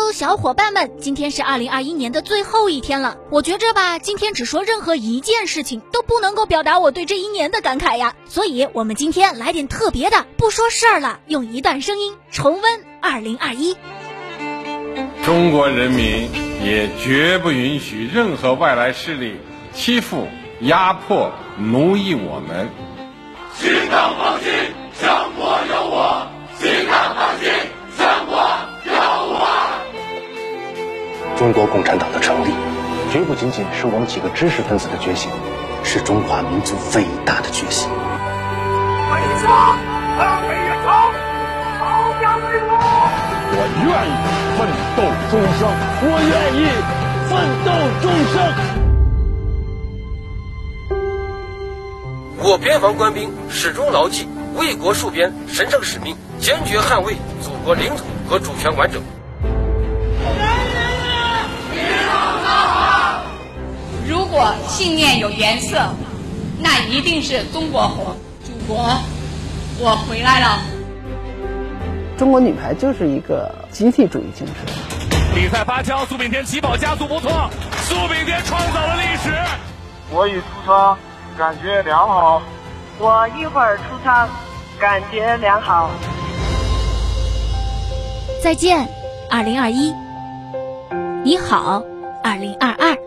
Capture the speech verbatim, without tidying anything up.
喽，小伙伴们，今天是二零二一年的最后一天了。我觉着吧，今天只说任何一件事情都不能够表达我对这一年的感慨呀。所以我们今天来点特别的，不说事儿了，用一段声音重温二零二一。 中国人民也绝不允许任何外来势力欺负、压迫、奴役我们。 心党放心，强国有我；心党放心，强国有我。 中国共产党的成立，绝不仅仅是我们几个知识分子的觉醒，是中华民族伟大的觉醒。 为家而为朝，朝将为我。 我愿意奋斗终生，我愿意奋斗终生。 我边防官兵始终牢记为国戍边神圣使命，坚决捍卫祖国领土和主权完整。 如果信念有颜色，那一定是中国红。祖国，我回来了。 中国女排就是一个集体主义精神。 比赛发枪，苏炳添起跑加速不错，苏炳添创造了历史。 我已出场，感觉良好。 我一会儿出场，感觉良好。 再见，二零二一。你好，二零二二。